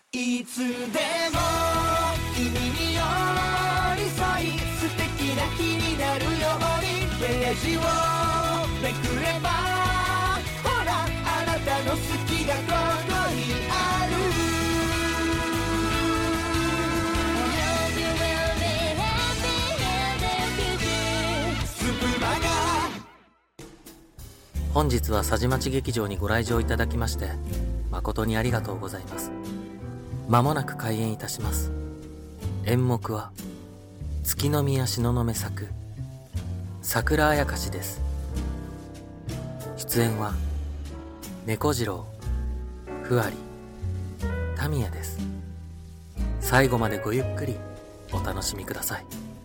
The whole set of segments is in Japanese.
いつでも君に寄り添い素敵な日になるようにページをめくればほらあなたの好きがここにあるスプマガ本日は佐治町劇場にご来場いただきまして誠にありがとうございます。まもなく開演いたします。演目は月宮東雲作桜あやかしです。出演は猫次郎、ふわり、タミヤです。最後までごゆっくりお楽しみください。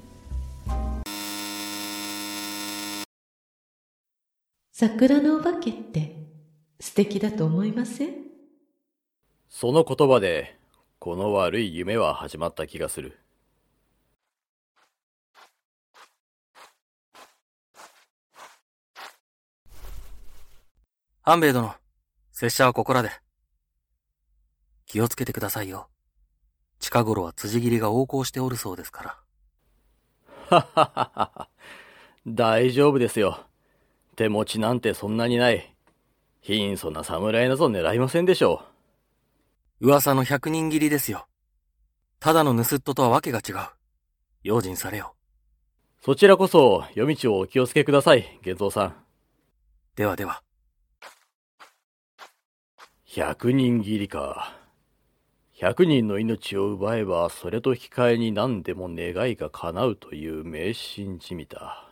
桜のお化けって素敵だと思いません？ その言葉でこの悪い夢は始まった気がする。 半兵衛殿、拙者はここらで。気をつけてくださいよ。近頃は辻斬りが横行しておるそうですから。 はははは。大丈夫ですよ。手持ちなんてそんなにない。貧相な侍など狙いませんでしょう。噂の100人斬りですよ。ただの盗っ人とはわけが違う。用心されよ。 そちらこそ夜道をお気をつけください、玄三さん。 ではでは。 100人斬りか。100人の命を奪えばそれと引き換えに何でも願いが叶うという迷信じみた。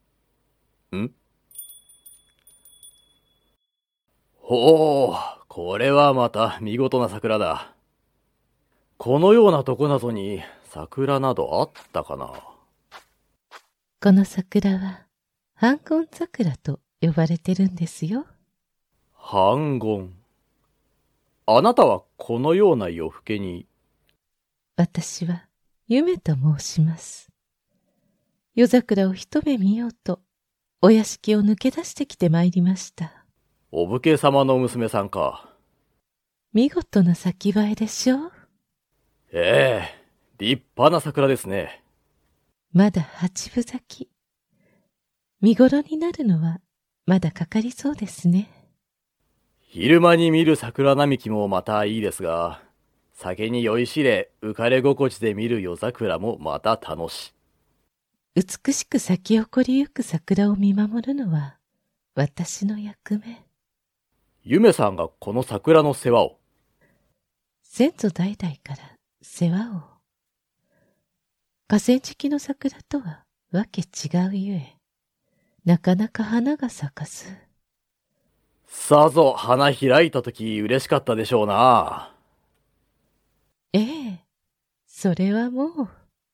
ほう、これはまた見事な桜だ。このようなとこなどに桜などあったかな。 この桜は半根桜と呼ばれてるんですよ。 半根。あなたはこのような夜更けに。 私は夢と申します。夜桜を一目見ようとお屋敷を抜け出してきてまいりました。 お武家様の娘さんか。 見事な咲き映えでしょう。 ええ、立派な桜ですね。 まだ八分咲き。見頃になるのはまだかかりそうですね。 昼間に見る桜並木もまたいいですが、酒に酔いしれ浮かれ心地で見る夜桜もまた楽しい。 美しく咲き誇りゆく桜を見守るのは私の役目。 ゆめさんがこの桜の世話を。 先祖代々から世話を。河川敷の桜とはわけ違うゆえ、なかなか花が咲かず。 さぞ花開いたとき嬉しかったでしょうな。 ええ、それはもう。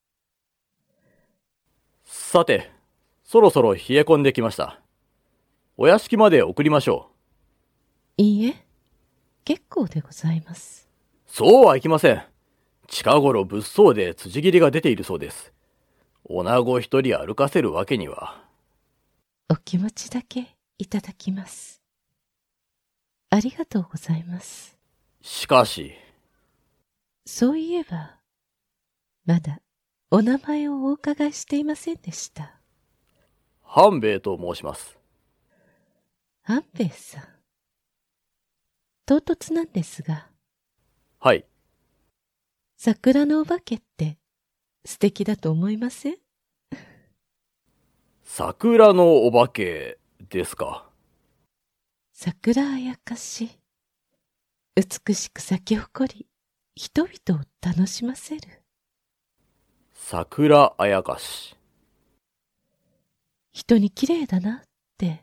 さて、そろそろ冷え込んできました。お屋敷まで送りましょう。 いいえ、結構でございます。 そうはいきません。近頃物騒で辻斬りが出ているそうです。女子一人歩かせるわけには。 お気持ちだけいただきます。ありがとうございます。 しかし。 そういえば、まだお名前をお伺いしていませんでした。 半兵衛と申します。 半兵衛さん。唐突なんですが。 はい。 桜のお化けって素敵だと思いません？ 桜のお化けですか。 桜あやかし。美しく咲き誇り、人々を楽しませる。 桜あやかし。 人に綺麗だなって、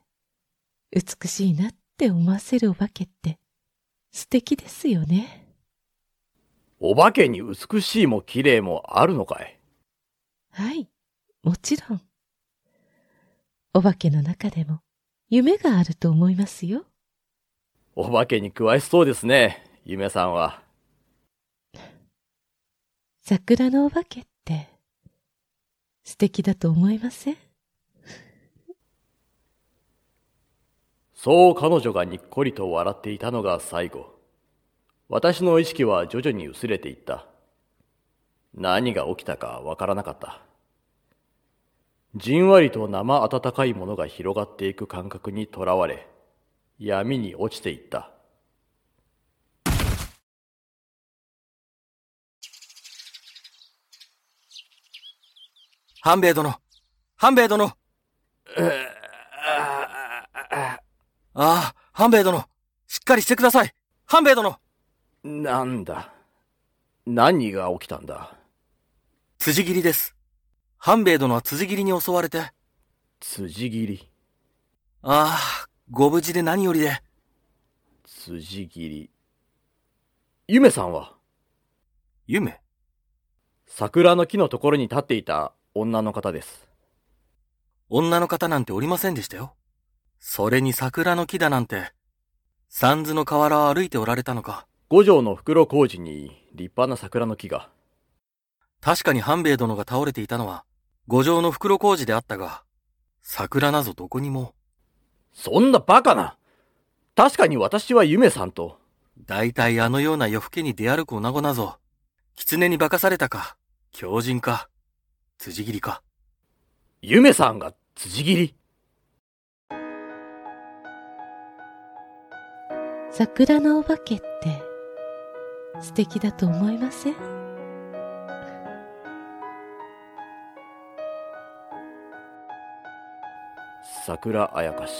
美しいなって思わせるお化けって素敵ですよね。 お化けに美しいも綺麗もあるのかい？ はい、もちろん。お化けの中でも夢があると思いますよ。 お化けに詳しそうですね、夢さんは。 桜のお化けって素敵だと思いません？ そう彼女がにっこりと笑っていたのが最後。 私の意識は徐々に薄れていった。何が起きたかわからなかった。じんわりと生温かいものが広がっていく感覚にとらわれ、闇に落ちていった。 半兵衛殿、半兵衛殿。半兵衛殿、しっかりしてください。半兵衛殿。 なんだ。何が起きたんだ。 辻斬りです。半兵衛殿は辻斬りに襲われて。 辻斬り。 ご無事で何よりで。 辻斬り。ゆめさんは？ ゆめ？ 桜の木のところに立っていた女の方です。 女の方なんておりませんでしたよ。それに桜の木だなんて、三途の河原を歩いておられたのか。 五条の袋小路に立派な桜の木が。 確かに半兵衛殿が倒れていたのは、五条の袋小路であったが、桜なぞどこにも。 そんなバカな。確かに私はゆめさんと。 大体あのような夜更けに出歩く女子なぞ、狐に化かされたか、狂人か、辻斬りか。 ゆめさんが辻斬り？ 桜のお化けって素敵だと思いません？ 桜あやかし。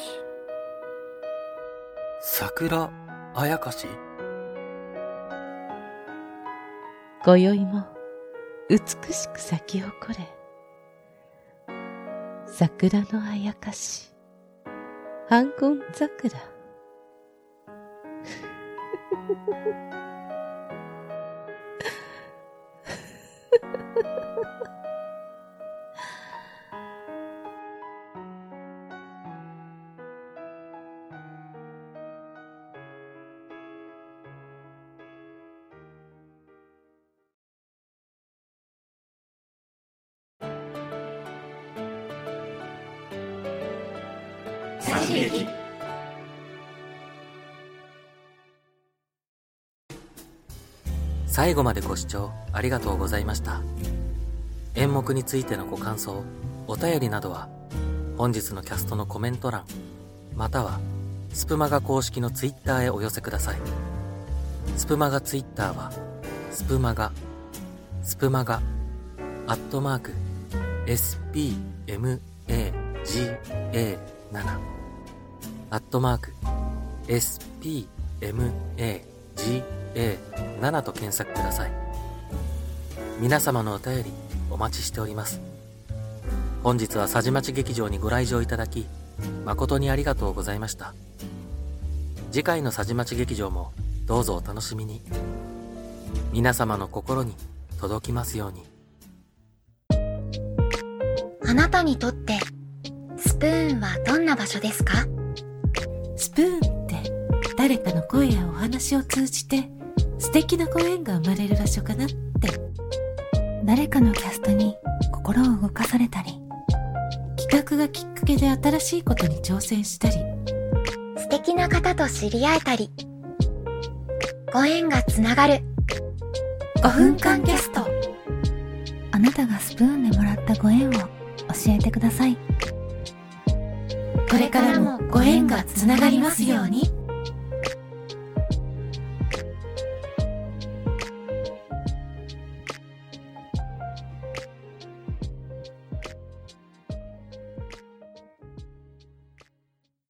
桜あやかし？ 今宵も美しく咲き誇れ。桜のあやかし、半根桜。 最後までご視聴ありがとうございました。演目についてのご感想、お便りなどは本日のキャストのコメント欄またはスプマガ公式のツイッターへお寄せください。スプマガツイッターはスプマガ@SPMAGA7 @SPMAGA7 と検索ください。皆様のお便りお待ちしております。本日は佐治町劇場にご来場いただき誠にありがとうございました。次回の佐治町劇場もどうぞお楽しみに。皆様の心に届きますように。 あなたにとってスプーンはどんな場所ですか？ スプーンって誰かの声やお話を通じて素敵なご縁が生まれる場所かなって。 誰かのキャストに心を動かされたり、 企画がきっかけで新しいことに挑戦したり、 素敵な方と知り合えたり、ご縁がつながる5分間ゲスト。あなたがスプーンでもらったご縁を教えてください。 これからもご縁がつながりますように。